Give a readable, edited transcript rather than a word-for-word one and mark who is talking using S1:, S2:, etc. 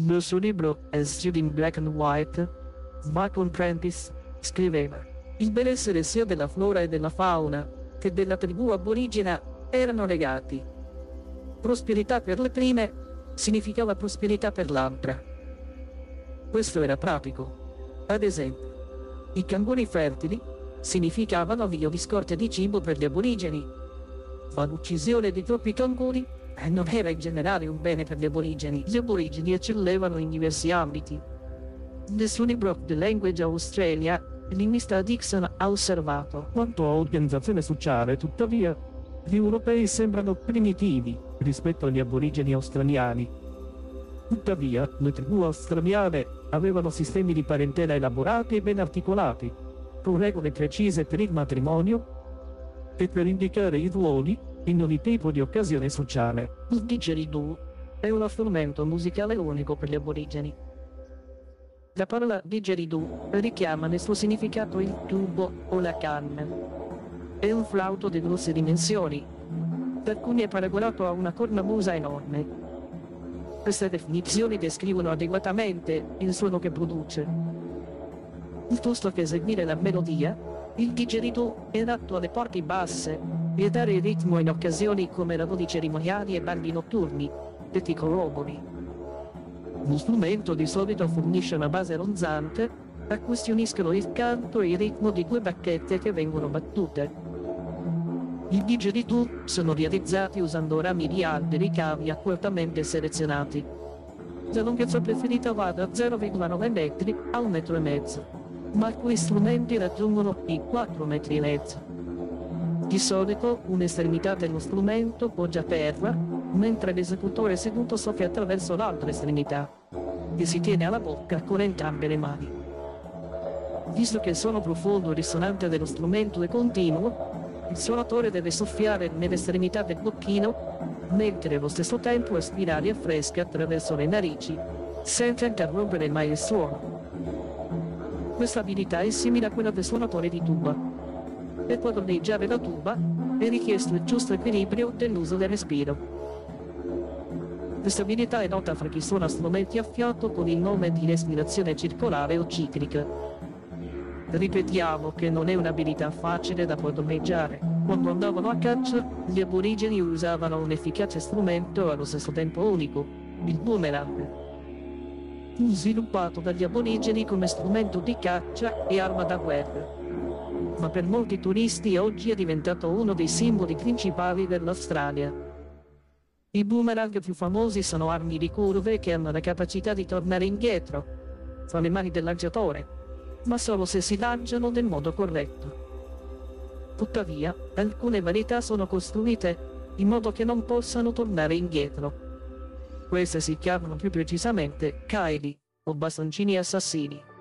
S1: Nel suo libro Street in Black and White, Malcolm Prentice scriveva: il benessere sia della flora e della fauna che della tribù aborigena erano legati. Prosperità per le prime significava prosperità per l'altra. Questo era pratico. Ad esempio, i canguri fertili significavano milioni scorte di cibo per gli aborigeni, ma l'uccisione di troppi canguri non era in generale un bene per gli aborigeni. Gli aborigeni eccellevano in diversi ambiti. Nel suo libro The Language Australia, il linguista Dixon ha osservato: quanto a organizzazione sociale, tuttavia, gli europei sembrano primitivi rispetto agli aborigeni australiani. Tuttavia, le tribù australiane avevano sistemi di parentela elaborati e ben articolati, con regole precise per il matrimonio e per indicare i ruoli in ogni tipo di occasione sociale. Il didgeridoo è uno strumento musicale unico per gli aborigeni. La parola didgeridoo richiama nel suo significato il tubo o la canna. È un flauto di grosse dimensioni, per cui è paragonato a una cornamusa enorme. Queste definizioni descrivono adeguatamente il suono che produce. Piuttosto che eseguire la melodia, il didgeridoo è adatto alle parti basse e dare il ritmo in occasioni come lavori cerimoniali e balli notturni, detti corrobori. Lo strumento di solito fornisce una base ronzante a cui si uniscono il canto e il ritmo di due bacchette che vengono battute. I didgeridoo sono realizzati usando rami di alberi cavi accuratamente selezionati. La lunghezza preferita va da 0,9 metri a 1,5 metri, ma alcuni strumenti raggiungono i 4,5 metri. Di solito un'estremità dello strumento poggia a terra, mentre l'esecutore seduto soffia attraverso l'altra estremità, che si tiene alla bocca con entrambe le mani. Visto che il suono profondo e risonante dello strumento è continuo, il suonatore deve soffiare nell'estremità del bocchino, mentre allo stesso tempo espira aria fresca attraverso le narici, senza interrompere mai il suono. Questa abilità è simile a quella del suonatore di tuba. Per padroneggiare la tuba è richiesto il giusto equilibrio dell'uso del respiro. Questa abilità è nota fra chi suona strumenti a fiato con il nome di respirazione circolare o ciclica. Ripetiamo che non è un'abilità facile da padroneggiare. Quando andavano a caccia, gli aborigeni usavano un efficace strumento allo stesso tempo unico, il boomerang. Fu sviluppato dagli aborigeni come strumento di caccia e arma da guerra, ma per molti turisti oggi è diventato uno dei simboli principali dell'Australia. I boomerang più famosi sono armi ricurve che hanno la capacità di tornare indietro, fra le mani del lanciatore, ma solo se si lanciano nel modo corretto. Tuttavia, alcune varietà sono costruite in modo che non possano tornare indietro. Queste si chiamano più precisamente caili o bastoncini assassini.